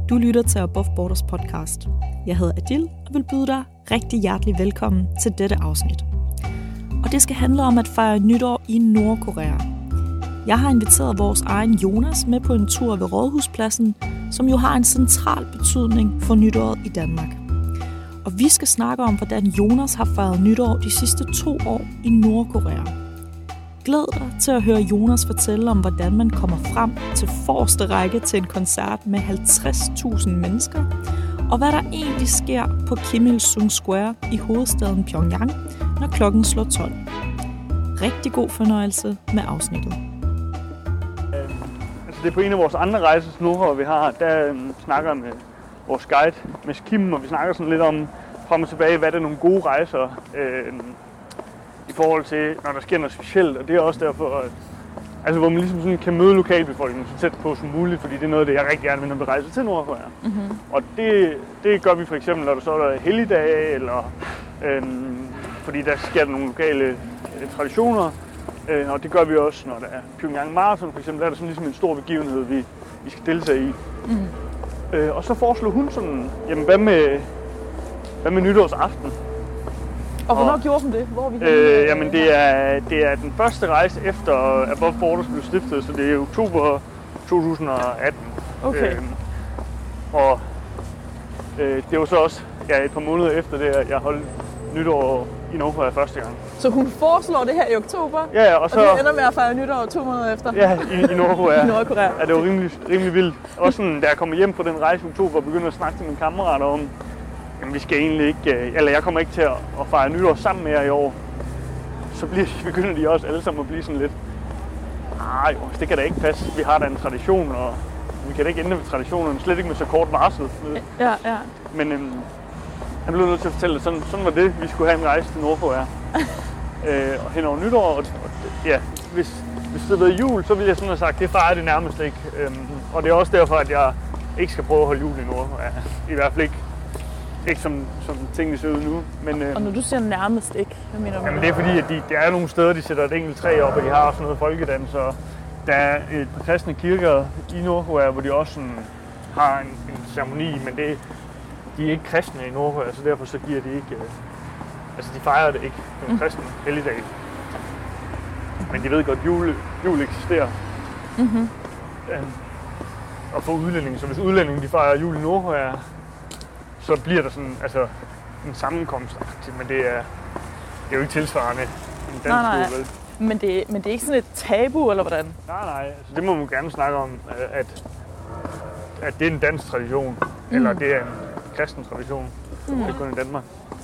Du lytter til Above Borders podcast. Jeg hedder Adil og vil byde dig rigtig hjertelig velkommen til dette afsnit. Og det skal handle om at fejre nytår i Nordkorea. Jeg har inviteret vores egen Jonas med på en tur ved Rådhuspladsen, som jo har en central betydning for nytåret i Danmark. Og vi skal snakke om, hvordan Jonas har fejret nytår de sidste 2 år i Nordkorea. Glæd dig til at høre Jonas fortælle om, hvordan man kommer frem til forreste række til en koncert med 50.000 mennesker, og hvad der egentlig sker på Kim Il-sung Square i hovedstaden Pyongyang, når klokken slår 12. Rigtig god fornøjelse med afsnittet. Det er på en af vores andre rejsesnurrer, vi har, der snakker med vores guide, med Kim, og vi snakker sådan lidt om frem og tilbage, hvad der er nogle gode rejser i forhold til, når der sker noget specielt, og det er også derfor, altså, hvor man ligesom sådan kan møde lokalbefolkningen så tæt på som muligt, fordi det er noget af det, jeg rigtig gerne vil, når vi rejser til Nordkorea. Mm-hmm. Og det gør vi for eksempel, når der så er helligdage, eller fordi der sker der nogle lokale traditioner, og det gør vi også, når der er Pyongyang Marathon for eksempel, der er der sådan ligesom en stor begivenhed, vi skal deltage i. Mm. Og så foreslog hun sådan, jamen hvad med nytårsaften? Og hvornår gjorde hun det? Hvor er vi jamen det er den første rejse efter Above Borders blev stiftet, så det er oktober 2018. Okay. Det var så også et par måneder efter det, at jeg holdt nytår i Nordkorea første gang. Så hun foreslår det her i oktober? Ja, og så... Og det ender med at fejre nytår 2 måneder efter? Ja, i Nordkorea. I Nordkorea. Ja, det var rimelig vildt. Også sådan, da jeg kommer hjem fra den rejse i oktober og begynder at snakke til mine kammerater om, jamen vi skal egentlig ikke, eller jeg kommer ikke til at fejre nytår sammen med jer i år. Så begynder de også alle sammen at blive sådan lidt, det kan da ikke passe. Vi har da en tradition, og vi kan da ikke ændre ved traditionerne, slet ikke med så kort varsel. Ja. Men han blev nødt til at fortælle, at sådan var det, vi skulle have en rejse til Nordkorea. Og hen over nytår, og hvis det havde været jul, så ville jeg sådan have sagt, det fejrer det nærmest ikke. Og det er også derfor, at jeg ikke skal prøve at holde jul i Nordkorea. I hvert fald ikke som tingene ser ud nu. Men, og når du siger nærmest ikke, hvad mener du? Jamen det er fordi, at der er nogle steder, de sætter et enkelt træ op, og de har også noget folkedans. Og der er et par kristne kirker i Nordkorea, hvor de også sådan har en ceremoni, men de er ikke kristne i Nordkorea, så derfor så giver de ikke... de fejrer det ikke. Det er en kristen helligdag. Men de ved godt, at jul eksisterer. Mm-hmm. Og for udlændinge, så hvis udlændinge de fejrer jul i Nordkorea, så bliver der sådan en sammenkomst. Men det er jo ikke tilsvarende en dansk jul, vel? Men det er ikke sådan et tabu, eller hvordan? Nej. Det må man gerne snakke om, at det er en dansk tradition, eller det er en kristen tradition. Det er kun i Danmark.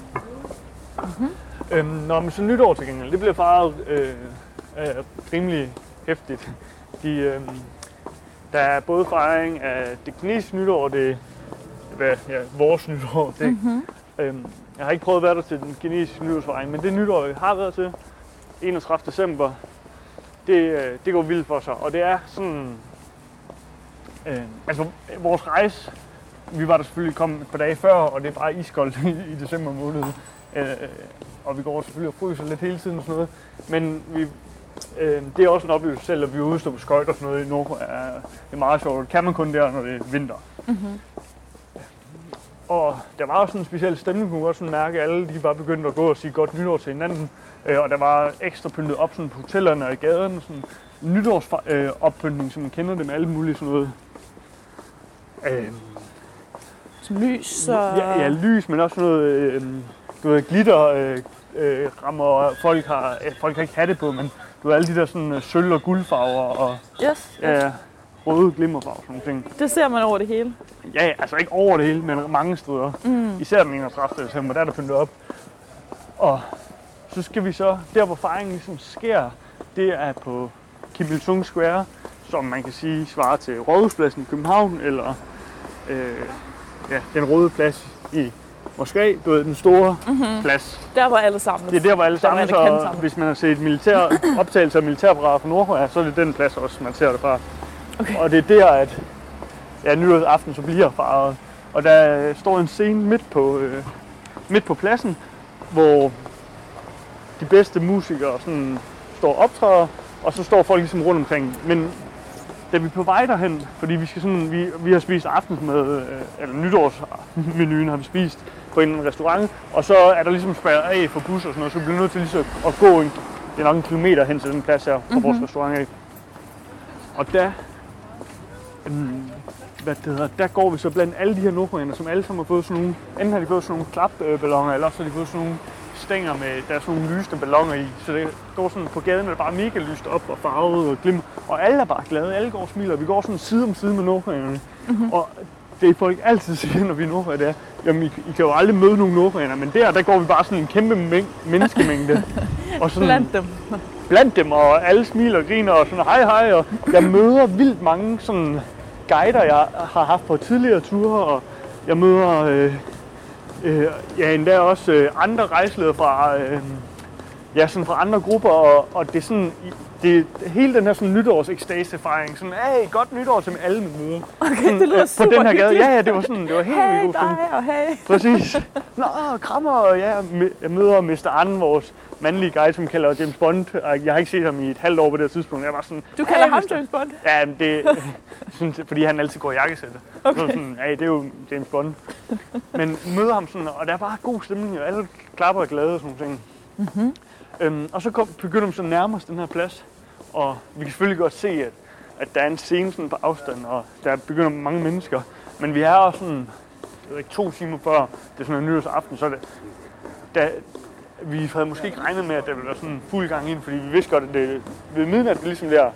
Mm-hmm. Men så nytår til gengæld, det bliver fejret rimelig hæftigt. Der er både fejring af det kinesiske nytår og vores nytår. Jeg har ikke prøvet at være der til den kinesiske nytårsfejring, men det nytår, vi har været til, 31. december, det går vildt for sig. Og det er sådan... vores rejse, vi var der selvfølgelig kommet et par dage før, og det er bare iskoldt i december måned. Og vi går selvfølgelig og fryser lidt hele tiden og sådan noget. Men det er også en oplevelse selv, at vi er ude og stå på skøjt og sådan noget i Nordkorea. Det er meget sjovt. Det kan man kun der, når det er vinter. Mm-hmm. Og der var også sådan en speciel stemning, man kunne også mærke, at alle de bare begyndte at gå og sige godt nytår til hinanden. Og der var ekstra pyntet op sådan på hotellerne og i gaderne. Sådan nytårsoppyntning, som man kender det med alle mulige sådan noget. Som lys og... Ja, lys, men også noget glitter rammer. Folk har ikke hatte på, men du har alle de der sådan sølv- og guldfarver og røde glimmerfarver og sådan ting. Det ser man over det hele? Ja, altså ikke over det hele, men mange steder. Især den 31. december, der er der pyntet op. Og så skal vi så, der hvor fejringen ligesom sker, det er på Kim Il-sung Square, som man kan sige svarer til Rådhuspladsen i København, eller den røde plads i Moskva, du ved, den store plads. Der var alle sammen. Det er der, hvor alle sammen, så hvis man har set optagelser af militærapparater fra Nordkorea, så er det den plads også, man ser det fra. Okay. Og det er der, at nytårsaften så bliver fejret. Og der står en scene midt på pladsen, hvor de bedste musikere sådan står og optræder, og så står folk ligesom rundt omkring. Men da vi er på vej derhen, fordi vi skal sådan, vi har spist aftensmad, eller nytårsmenuen har vi spist på en restaurant, og så er der ligesom spærret af for bus og sådan noget, så vi bliver nødt til ligesom at gå det er nok en kilometer hen til den plads her fra vores restaurant af. Og der går vi så blandt alle de her nordkoreanere, som alle sammen har fået sådan nogle, enten har de fået sådan nogle klapballoner, eller også har de fået sådan nogle stænger med, der er sådan nogle lysende balloner i. Så det går sådan på gaden, er det bare mega lyst op og farvet og glimmer. Og alle er bare glade, alle går og smiler. Vi går sådan side om side med nordkoreanerne. Og det folk altid siger, når vi er nordkoreanere, det er, jamen I kan jo aldrig møde nogen nordkoreanere, men der går vi bare sådan en kæmpe menneskemængde. Og sådan, blandt dem, og alle smiler og griner og sådan hej, og jeg møder vildt mange sådan guider, jeg har haft på tidligere ture, og jeg møder endda også andre rejseledere fra, sådan fra andre grupper, og det er sådan, det hele den her sådan nytårsekstase-fejring, sådan, hey, godt nytår til alle med mor. Okay, det lyder super på den her gade. hyggeligt. Ja, det var sådan, det var helt hey, vildt god dig og hey. Præcis. Nå, krammer, og ja, jeg møder Mr. Anden, vores mandlige guide, som kalder James Bond. Jeg har ikke set ham i et halvt år på det tidspunkt. Jeg var sådan, du kalder ham James Bond? Ja, det sådan, fordi han altid går i jakkesættet. Okay. Så sådan, hey, det er jo James Bond. Men møder ham sådan, og der er bare god stemning, og alle klapper og glade og sådan nogle ting. Og så begynder vi så nærmest den her plads, og vi kan selvfølgelig godt se, at der er en scene sådan på afstand, og der begynder mange mennesker. Men vi er også sådan, jeg ved ikke, 2 timer før det er sådan en nytårsaften, så vi havde måske ikke regnet med, at der ville være sådan fuld gang ind, fordi vi vidste godt, at det ved midnat, det ligesom der.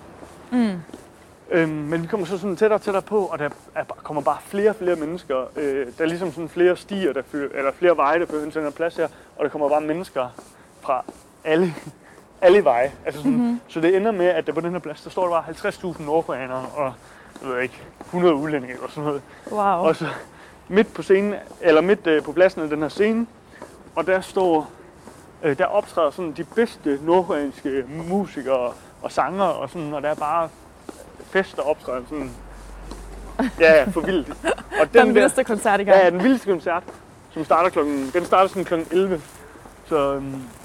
Men vi kommer så sådan tættere og tættere på, og der kommer bare flere og flere mennesker. Der er ligesom sådan flere stier, eller flere veje, der fører hen til den her plads her, og der kommer bare mennesker fra alle veje. Altså sådan, så det ender med, at der på den her plads, der står der bare 50.000 nordkoreanere og jeg ved ikke, 100 udlændinge eller sådan noget. Wow. Og så midt på scenen, eller midt på pladsen af den her scene, og der optræder sådan de bedste nordkoreanske musikere og sanger og sådan, og der er bare fest og optræden sådan. Ja, for vildt. Og den vildeste koncert i gang. Ja, den vildeste koncert, som starter sådan kl. 11. Så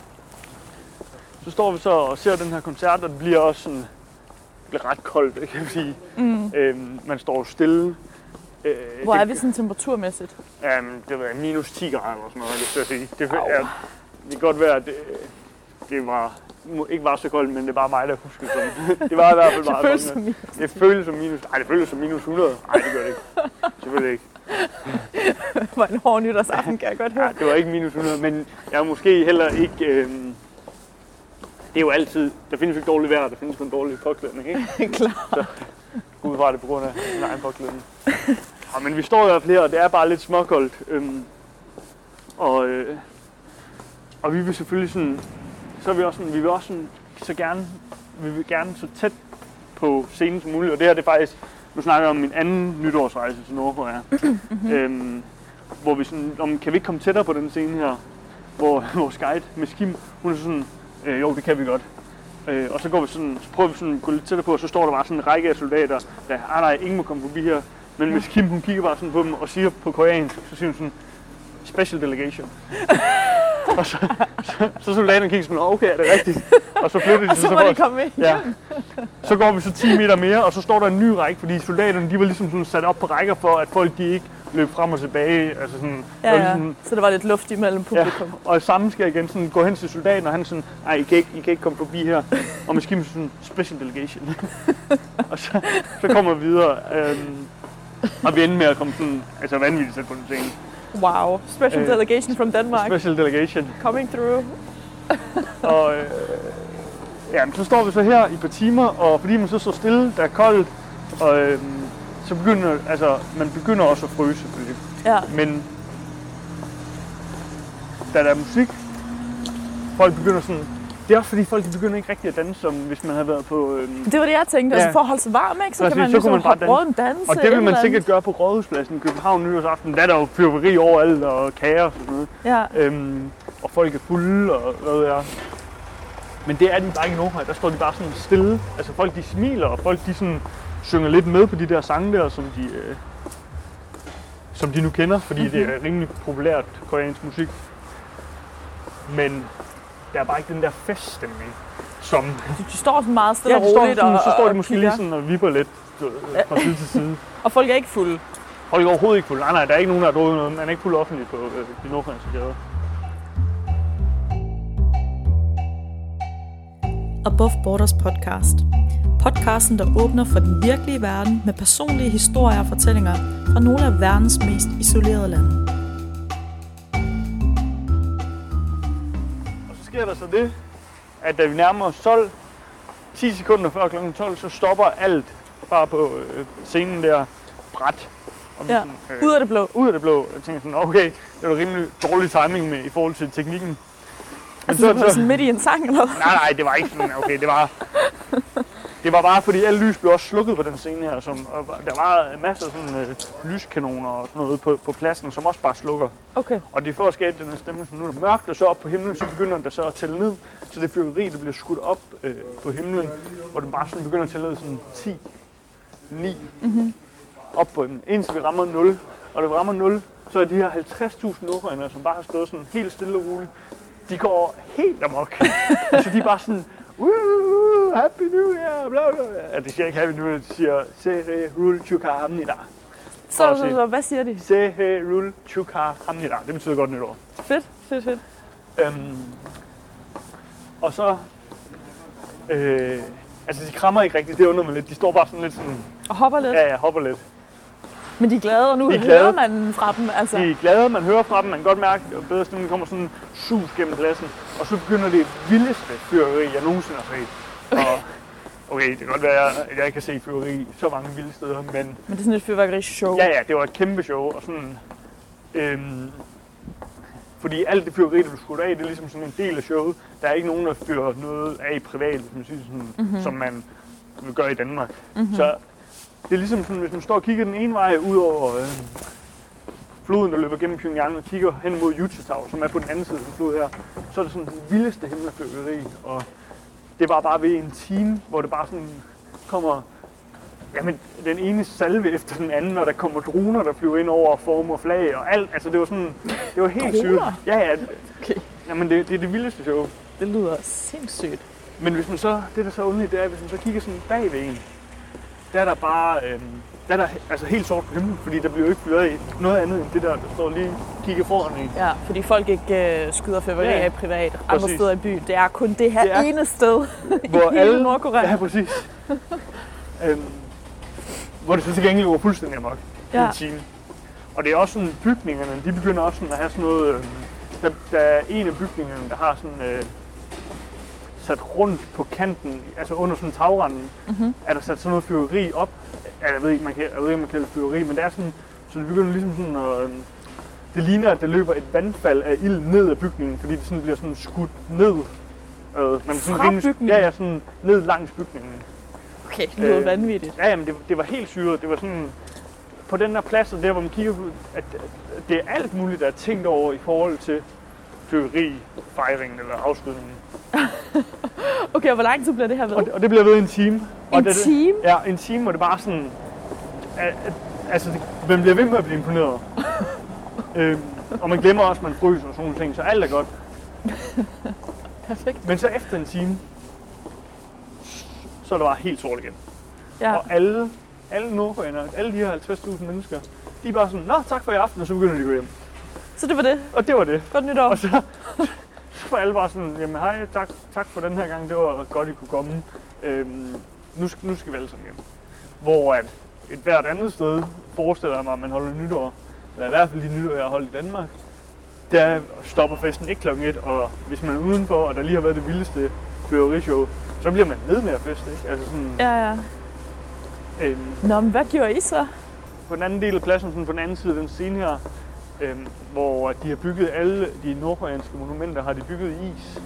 står vi så og ser den her koncert, og det bliver også sådan, det bliver ret koldt, kan jeg sige. Man står stille. Hvor er vi sådan temperaturmæssigt? Det var minus 10 grader eller sådan noget, det skal jeg sige. Det kan godt være, at det var ikke var så koldt, men det er bare mig, der husker sådan. Det var i hvert fald bare det sådan. Det føles som minus. Nej, det føles som minus 100. Nej, det gør det ikke. Selvfølgelig ikke. Det var en hård nytårsaften, kan jeg godt høre. Nej, det var ikke minus 100, men jeg er måske heller ikke. Det er jo altid. Der findes ikke dårligt vejr, der findes kun dårlig påklædning, ikke? Klar. Så gå ud fra det på grund af min egen påklædning. Ja, men vi står i hvert fald her, og det er bare lidt småkoldt. Og vi vil selvfølgelig sådan. Så er vi også sådan, vi vil gerne så tæt på scenen som muligt, og det her det er faktisk, nu snakker jeg om min anden nytårsrejse til Nordkorea, hvor vi sådan, kan vi ikke komme tættere på den scene her, hvor vores guide, Miss Kim, hun er sådan, jo det kan vi godt. Og så prøver vi sådan at gå lidt tættere på, og så står der bare sådan en række af soldater, der, nej, ingen må komme forbi her, men Miss Kim, hun kigger bare sådan på dem og siger på koreansk, så siger hun sådan, special delegation. Og så soldaterne kigger sådan, okay, er det rigtigt? Og så flytter de og så må de komme med. Ja. Så går vi så 10 meter mere, og så står der en ny række, fordi soldaterne, de var ligesom sådan sat op på rækker for, at folk de ikke løb frem og tilbage. Altså sådan, ja. Ligesom, så der var lidt luft imellem publikum. Ja. Og sammen skal jeg igen sådan, gå hen til soldaten, og han sådan, nej, I kan ikke komme forbi her. Og måske sådan, special delegation. Og så kommer vi videre. Og vi ender med at komme sådan, altså vanvittigt tæt på den scene. Wow, special delegation from Denmark. Special delegation. Coming through. Og så står vi så her i et par timer, og fordi man så står stille, der er koldt, og så man begynder også at fryse selvfølgelig. Ja. Men da der er musik, folk begynder sådan. Det er også fordi folk begynder ikke rigtig at danse, som hvis man havde været på. Det var det jeg tænkte, altså for at holde sig varm, ikke? Så kan man ligesom hoppe danse. Og det vil man sikkert gøre på Rådhuspladsen i København nytårsaften. Der er der jo fyrværkeri overalt og kager og sådan noget. Ja. Og folk er fulde og hvad ved jeg. Men det er de bare ikke i Nordkorea. Der står de bare sådan stille. Altså folk de smiler, og folk de sådan synger lidt med på de der sange der, som de nu kender, fordi det er rimelig populært koreansk musik. Men der er bare ikke den der feststemning, som... De står sådan meget stille og roligt så står de måske lige sådan og vipper lidt fra side til side. Og folk er ikke fulde? Folk er overhovedet ikke fulde. Nej, der er ikke nogen, der har drukket noget. Man er ikke fuld offentligt på de nordkoreanske gader. Above Borders podcast. Podcasten, der åbner for den virkelige verden med personlige historier og fortællinger fra nogle af verdens mest isolerede lande. Og så sker der så det, at da vi nærmer os 12, 10 sekunder før kl. 12, så stopper alt bare på scenen der bræt. Ja, ud af det blå. Ud af det blå. Jeg tænkte sådan, okay, det var rimelig dårlig timing med i forhold til teknikken. Altså, det var sådan midt i en sang, eller hvad? Nej, det var ikke sådan, okay, det var bare, fordi alle lys blev også slukket på den scene her, og der var masser af sådan lyskanoner og sådan noget på pladsen, som også bare slukker. Okay. Og det er for at skabe den stemning, som nu er mørkt, og så op på himlen, så begynder der så at tælle ned, så det fyrværkeri, der bliver skudt op på himlen, hvor det bare sådan begynder at tælle ned sådan 10, 9, op på himlen, indtil vi rammer 0. Og da vi rammer 0, så er de her 50.000 nordkoreanere, som bare har stået sådan helt stille og roligt, de går helt amok. Altså de er bare sådan, Happy New Year, bla bla. Ja, de siger ikke Happy New Year, de siger Sehul Chukhamnida. Så hvad siger de? Sehul Chukhamnida, det betyder godt nytår. Fedt. Og så, altså de krammer ikke rigtigt, det undrer mig lidt. De står bare sådan lidt sådan... Og hopper lidt? Ja, hopper lidt. Men de er glade, og nu hører man fra dem, altså. De er glade, man hører fra dem, man kan godt mærke, at bedre stemning kommer sådan sus gennem pladsen. Og så begynder det vildeste fyrværkeri, jeg nogensinde har set. Og okay, det kan godt være, at jeg ikke kan se fyrværkeri så mange vilde steder, men... Men det er sådan et fyrværkeri-show? Ja, det var et kæmpe show, og sådan... fordi alt det fyrværkeri, der blev skudt af, det er ligesom sådan en del af showet. Der er ikke nogen, der fyrer noget af privat, som man vil gøre i Danmark. Så det er ligesom sådan, hvis man står og kigger den ene vej ud over floden, der løber gennem Pyongyang, og kigger hen mod Juche-tag, som er på den anden side af den flod her, så er det sådan den vildeste himmelfyrværkeri. Og det var bare ved en time, hvor det bare sådan kommer jamen, den ene salve efter den anden, og der kommer droner, der flyver ind over og former flag og alt. Altså det var sådan, det var helt sygt. Ja. Okay. Jamen det er det vildeste show. Det lyder sindssygt. Men hvis man så, det der så underligt, det er, hvis man så kigger sådan bag ved en, der er der bare, der er der altså helt sort på himlen, fordi der bliver jo ikke fyret af noget andet end det der står lige kigger foran en. Ja, fordi folk ikke skyder fyrværkeri af privat andre steder i byen. Det er kun det her ene sted hvor i hele Nordkorea. Ja, præcis. Hvor det så til gengæld går fuldstændig amok i en time. Og det er også sådan, bygningerne, de begynder også sådan at have sådan noget, der er en af bygningerne, der har sådan sat rundt på kanten, altså under sådan tagranden, er der sat sådan noget fyrværkeri op. Jeg ved ikke, man kalder det fyrværkeri, men det er sådan, så det begynder ligesom sådan at, det ligner, at der løber et vandfald af ild ned af bygningen, fordi det sådan bliver sådan skudt ned. Fra bygningen? Ja, sådan ned langs bygningen. Okay, det lyder vanvittigt. Ja, men det var helt syret. Det var sådan, på den der plads, der hvor man kigger ud, at det er alt muligt, der er tænkt over i forhold til fyrværkeri, fejringen eller afskydningen. Okay, og hvor lang tid bliver det her ved? Og det bliver ved en time. En time? Ja, en time, hvor det bare sådan, altså man bliver ved med at blive imponeret. Og man glemmer også, at man fryser og sådan nogle ting, så alt er godt. Perfekt. Men så efter en time, så er det bare helt sort igen. Ja. Og alle nordkoreanere, alle de her 50.000 mennesker, de er bare sådan, nå, tak for i aften, og så begynder de at gå hjem. Så det var det? Og det var det. Godt nytår. Og så var alle bare sådan, jamen hej, tak for den her gang, det var godt, I kunne komme. Nu skal vi alle sammen hjem. Hvor at et hvert andet sted forestiller mig, at man holder nytår, eller i hvert fald de nytår, jeg har holdt i Danmark, der stopper festen ikke klokken 1, og hvis man er udenfor, og der lige har været det vildeste fyrværkerishow, så bliver man ved med at feste, ikke? Altså sådan, ja. Nå, men hvad gjorde I så? På den anden del af pladsen, sådan på den anden side af den scene her, hvor de har bygget alle de nordkoreanske monumenter, har de bygget i is.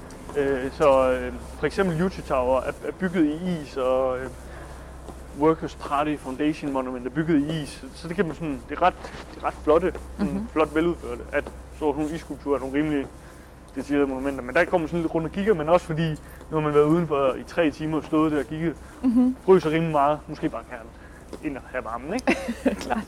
Så for eksempel Juche Tower er bygget i is, og Workers' Party Foundation Monument er bygget i is. Så det kan man sådan, det er ret flotte, flot veludførte, at så nogle isskulpturer er nogle rimelig detaljerede monumenter. Men der kommer man sådan lidt rundt og kigger, men også fordi nu har man været udenfor i 3 timer og stået der og kigget, fryser rimelig meget, måske bare kan ind og have varmen, ikke? Klart.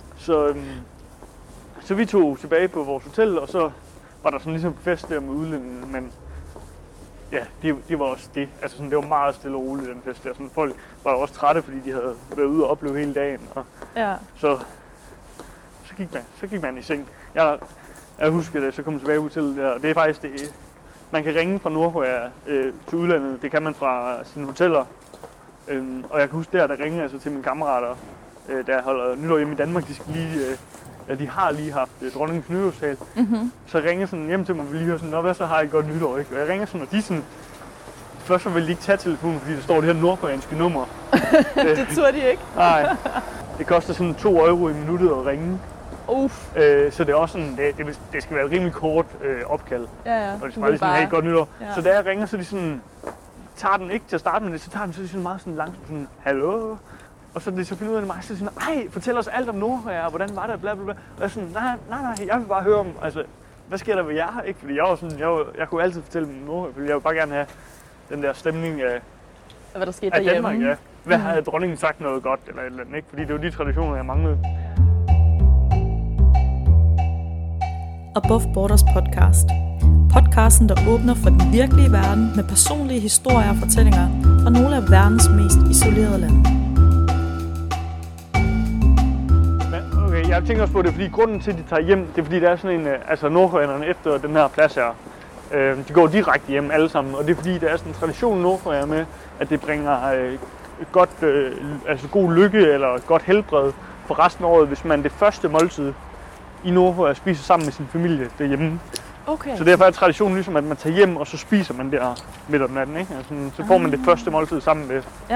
Så vi tog tilbage på vores hotel, og så var der sådan ligesom fest der med udlændinge, men de var også det. Altså sådan, det var meget stille og roligt, den fest der. Sådan, folk var også trætte, fordi de havde været ude og opleve hele dagen. Og så gik man i seng. Jeg husker det, så kom jeg tilbage ud til det, og det er faktisk det. Man kan ringe fra Nordkorea til udlandet. Det kan man fra sine hoteller. Og jeg kan huske der ringer altså til mine kammerater, der holder nytår hjemme i Danmark. De skal lige... de har lige haft dronningens nytårstal. Så ringer sådan hjem til mig, og vil lige høre sådan, nå, hvad så har I godt nytår, ikke? Og jeg ringer sådan, og de sådan, først så vil de ikke tage telefonen, fordi der står det her nordkoreanske nummer. Det turde de ikke. Nej, det koster sådan 2 euro i minuttet at ringe. Så det er også sådan, det skal være et rimelig kort opkald. Ja. Og det skal bare lige sådan, hey, godt nytår. Ja. Så da jeg ringer, så de sådan, tager den ikke til at starte med det, så tager den så sådan meget sådan langsomt sådan, hallo? Og så finder ud af mig, så sådan, ej, fortæl os alt om Nordkorea, hvordan var det, bla bla bla. Og jeg sådan, nej, jeg vil bare høre om, altså, hvad sker der ved jer, ikke? Fordi jeg var sådan, jeg kunne altid fortælle om Nordkorea, fordi jeg ville bare gerne have den der stemning af hvad der skete derhjemme. Danmark, ja. Hvad havde dronningen sagt noget godt, eller et eller andet, ikke? Fordi det var de traditioner, jeg manglede. Above Borders podcast. Podcasten, der åbner for den virkelige verden med personlige historier og fortællinger fra nogle af verdens mest isolerede lande. Okay, jeg tænker også på det, fordi grunden til, at de tager hjem, det er fordi, der er sådan en, altså nordkoreanerne efter den her plads her, de går direkte hjem alle sammen, og det er fordi, der er sådan en tradition i Nordkorea med, at det bringer godt, altså god lykke eller godt helbred for resten af året, hvis man det første måltid i Nordkorea spiser sammen med sin familie derhjemme. Okay. Så derfor er traditionen ligesom, at man tager hjem, og så spiser man der midt om natten, ikke? Altså, så får man det første måltid sammen med. Ja.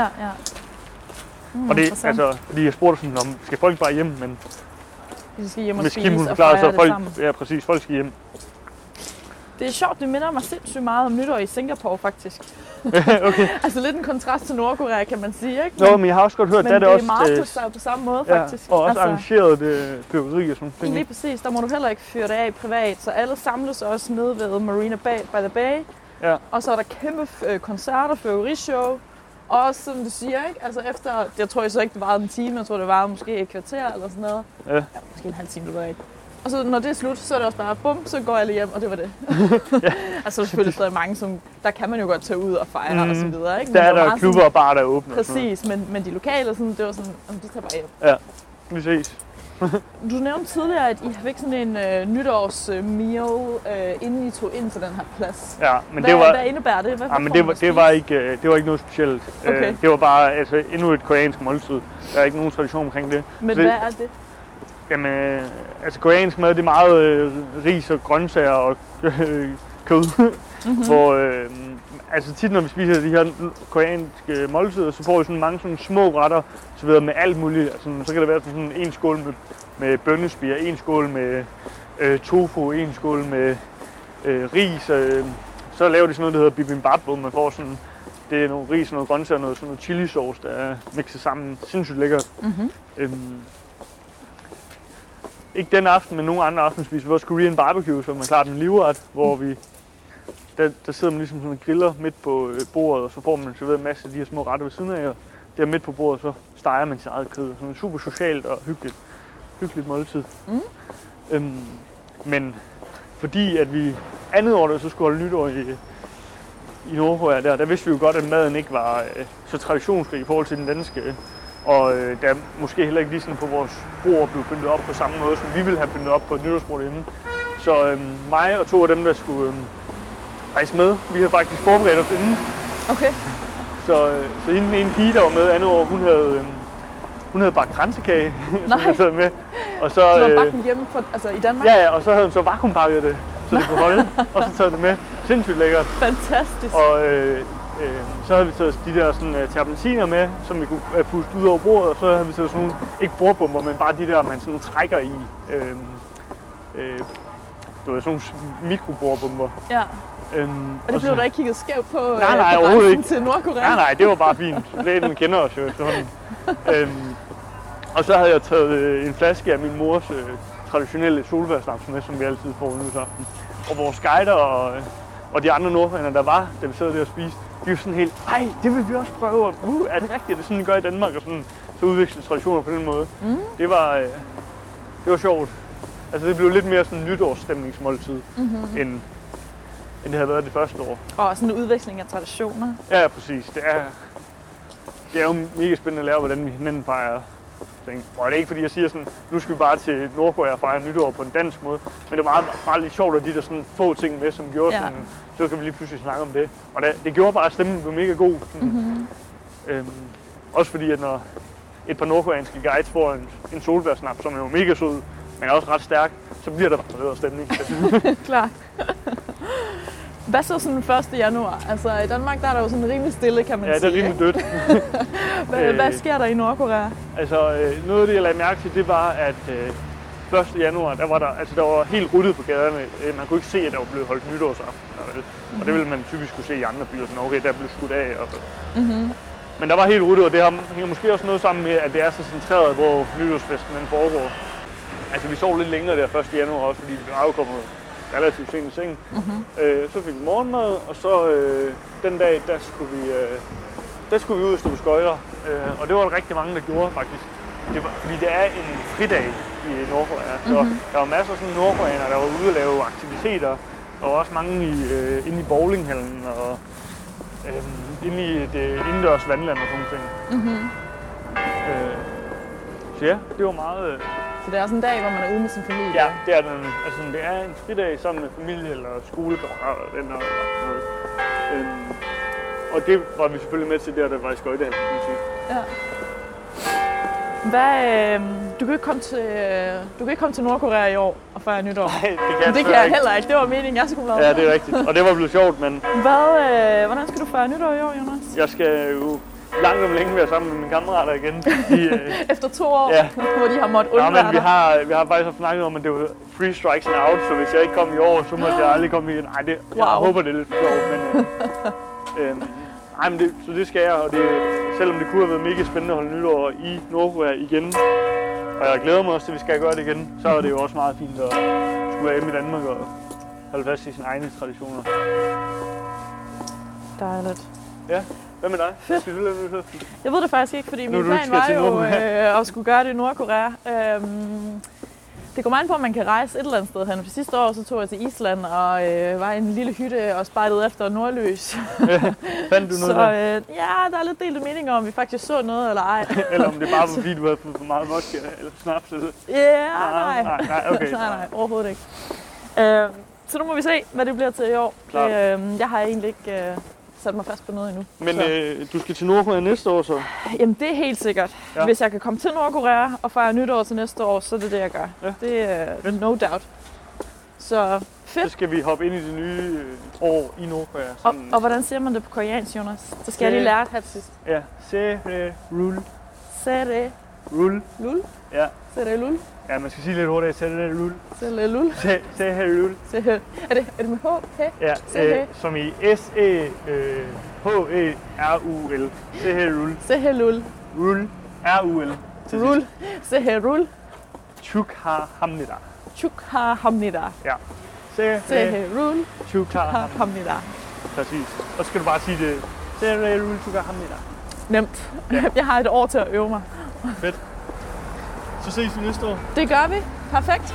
Og det, altså, fordi jeg spurgte sådan, om skal folk bare hjem, men de skal hjem og hvis spise Kim, og fejre så det folk, sammen. ja, præcis, folk skal hjem. Det er sjovt, det minder mig sindssygt meget om nytår i Singapore, faktisk. Okay. Altså lidt en kontrast til Nordkorea, kan man sige, ikke? Nå, men jeg har også godt hørt, men der det er også... meget på samme måde, faktisk. Og også arrangeret fyrværkeri og sådan noget. Lige præcis, der må du heller ikke fyre det af privat, så alle samles også nede ved Marina Bay by the Bay. Ja. Og så er der kæmpe koncerter, fyrværkerishow. Og også, som du siger, ikke? Altså efter, jeg tror så ikke, det varede en time, jeg tror, det varede måske et kvarter eller sådan noget. Ja. Måske en halv time, det var ikke. Og så når det er slut, så er det også bare bum, så går alle hjem, og det var det. Ja. Altså selvfølgelig stadig mange, som der kan man jo godt tage ud og fejre og så videre, ikke? Men der er der klubber og barer, der er åbne. Præcis, men de lokale, sådan, det var sådan, de tager bare hjem. Ja, vi ses. Du nævnte tidligere, at I fik sådan en nytårsmeal, inden I tog ind til den her plads. Ja, men hvad indebærer det? Det var ikke noget specielt. Okay. Det var bare endnu et koreansk måltid. Der er ikke nogen tradition omkring det. Men hvad er det? Jamen, altså koreansk mad, det er meget ris og grøntsager og kød. Hvor, altså tit når vi spiser de her koreanske måltider, så får vi sådan mange sådan små retter, så videre med alt muligt. Altså, så kan der være sådan en skål med bønnespirer, en skål med tofu, en skål med ris. Så laver de sådan noget, der hedder bibimbap, hvor man får sådan, det er noget ris, noget grøntsager, noget sådan noget chilisauce, der er mixet sammen. Sindssygt lækkert. Ikke den aften, men nogle andre aften spiser vi også Korean barbecue, som er klart en livret, hvor vi der sidder man ligesom sådan og griller midt på bordet, og så får man serveret en masse af de her små retter ved siden af, og der midt på bordet, så steger man sit eget kød. Sådan super socialt og hyggeligt måltid. Men fordi at vi andet år, der så skulle holde nytår i Nordkorea, der vidste vi jo godt, at maden ikke var så traditionsrig i forhold til den danske. Og der måske heller ikke lige sådan på vores bord blev pyntet op på samme måde, som vi ville have pyntet op på et nytårsbord hjemme. Så mig og 2 af dem, der skulle rejse med, vi havde faktisk forberedt os inden. Okay. Så en pige, der var med andet år, hun havde bagt kransekage, som jeg sad med. Og så du havde bagt den hjemme i Danmark? Ja, og så havde hun så vakuumpakket det, så det kunne holde, og så taget det med. Sindssygt lækkert. Fantastisk. Og så havde vi taget de der sådan terpentiner med, som vi kunne puste ud over bordet, og så havde vi taget sådan nogle, ikke bordbomber, men bare de der, man sådan trækker i. Det var sådan nogle mikrobordbomber. Ja. Og det blev der ikke kigget skævt på nej, overhovedet ikke. Til Nordkorea? Nej, det var bare fint. Lægen kender os jo efterhånden. Og så havde jeg taget en flaske af min mors traditionelle solbærsnaps med, som vi altid får nytårsaften. Og vores guider og de andre nordkoreanere, der var, da vi sad der og spiste, de var sådan helt, ej, det vil vi også prøve. Er det rigtigt? Er det sådan, vi gør i Danmark? Og sådan, så udvikle traditioner på den måde. Det var sjovt. Altså det blev lidt mere sådan nytårsstemningsmåltid, det havde været det første år. Og sådan en udveksling af traditioner. Ja, præcis. Det er jo mega spændende at lære, hvordan vi hinanden fejrer ting. Og det er ikke fordi, jeg siger sådan, nu skal vi bare til Nordkorea og fejre nytår på en dansk måde. Men det var meget lidt sjovt, at de der sådan få ting med, som gjorde sådan, så kan vi lige pludselig snakke om det. Og det gjorde bare, at stemmen blev mega god. Sådan, også fordi, at når et par nordkoreanske guides får en solbærsnap, som er jo mega sød, men også ret stærk, så bliver der bare bedre stemning. Klart. Hvad så sådan den 1. januar? Altså i Danmark der er der jo sådan rimelig stille, kan man sige. Ja, det er rimelig dødt. Hvad sker der i Nordkorea? Altså noget af det, jeg lagde mærke til, det var, at 1. januar, der var helt ryddet på gaderne. Man kunne ikke se, at der var blevet holdt nytårsaften. Og det ville man typisk kunne se i andre byer, sådan okay, der blev skudt af. Og så. Men der var helt ryddet, og det hænger måske også noget sammen med, at det er så centreret, hvor nytårsfesten den foregår. Altså vi sov lidt længere der 1. januar også, fordi vi var jo kommet relativt sent i seng. Så fik vi morgenmad, og så den dag, der skulle vi ud og stå på skøjter. Og det var der rigtig mange, der gjorde faktisk. Fordi det er en fridag i Nordkorea, så der var masser af sådan nordkoreanere, der var ude og lave aktiviteter. Der var også mange inde i bowlinghallen og inde i et indendørs vandland og sådan ting. Så ja, det var meget... Så det er sådan en dag, hvor man er ude med sin familie? Ja, det er den. Altså, det er en fridag sammen med familie eller skolekammerater og venner eller noget. Og det var vi selvfølgelig med til der var i skøjtehallen, kan man sige. Ja. Du kan ikke komme til Nordkorea i år og fejre nytår. Nej, det kan jeg heller ikke. Det var meningen, jeg skulle være. Ja, det er rigtigt. Og det var blevet sjovt, men... Hvordan skal du fejre nytår i år, Jonas? Jeg skal jo langt om længe være sammen med mine kammerater igen. Efter 2 år, ja. Hvor de har måttet undvære dig. Vi har faktisk snakket om, at det var 3 strikes and out, så hvis jeg ikke kom i år, så måtte jeg aldrig komme igen. Jeg håber, det er lidt sjovt, men... så det skal jeg, og selvom det kunne have været mega spændende at holde nytår i Nordkorea igen, og jeg glæder mig også til, at vi skal gøre det igen, så er det jo også meget fint at skulle være hjemme i Danmark og holde fast i sine egne traditioner. Dejligt. Ja. Hvad med dig? Fedt. Skal du lave noget? Jeg ved det faktisk ikke, fordi min plan var jo at skulle gøre det i Nordkorea. Det går meget på, at man kan rejse et eller andet sted hen. For sidste år så tog jeg til Island og var i en lille hytte og spejdede efter nordlys. Fandt du noget så, der er lidt delte meninger om vi faktisk så noget eller ej. Eller om det bare var fordi, du havde fået for meget vodka eller snaps eller? Nej, okay. Nej, overhovedet ikke. Så nu må vi se, hvad det bliver til i år. Jeg har egentlig ikke sat mig fast på noget endnu. Men du skal til Nordkorea næste år så? Jamen det er helt sikkert. Ja. Hvis jeg kan komme til Nordkorea og fejre nytår til næste år, så er det det, jeg gør. Ja. Det er no doubt. Så fedt. Så skal vi hoppe ind i det nye år i Nordkorea. Og hvordan siger man det på koreansk, Jonas? Så skal jeg lige lære det her til sidst. Ja. Se-re-rul. Se-re-rul. Lul? Ja. Se-re-lul. Ja, man skal sige lidt hurtigt. Se-re-rul. Se-re-rul. Se-re-rul. Er det med H? Ja, som i S-E-H-E-R-U-L. Se-re-rul. Se-re-rul. Rul. R-U-L. Rul. Se-re-rul. Chukha-hamnida. Chukha-hamnida. Ja. Se-re-rul. Chukha-hamnida. Præcis. Og så skal du bare sige det. Se-re-rul. Chukha-hamnida. Nemt. Ja. Jeg har et år til at øve mig. Fedt. Så ses vi næste år. Det gør vi. Perfekt.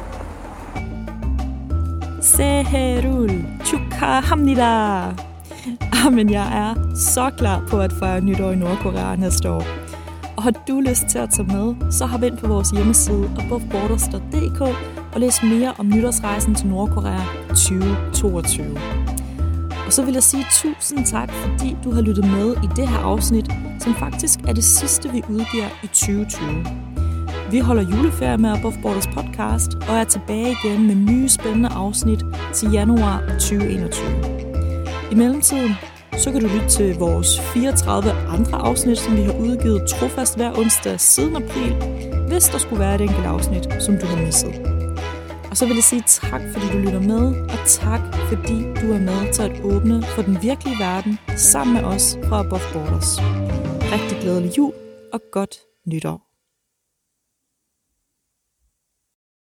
Seherul 축하합니다. Men jeg er så klar på at fejre nytår i Nordkorea næste år. Og har du lyst til at tage med, så hop ind på vores hjemmeside aboveborders.dk og læs mere om nytårsrejsen til Nordkorea 2022. Og så vil jeg sige tusind tak, fordi du har lyttet med i det her afsnit, som faktisk er det sidste, vi udgiver i 2020. Vi holder juleferie med Above Borders podcast og er tilbage igen med nye spændende afsnit til januar 2021. I mellemtiden så kan du lytte til vores 34 andre afsnit, som vi har udgivet trofast hver onsdag siden april, hvis der skulle være et enkelt afsnit, som du har misset. Og så vil jeg sige tak, fordi du lytter med, og tak, fordi du er med til at åbne for den virkelige verden sammen med os fra Above Borders. Rigtig glædelig jul og godt nytår.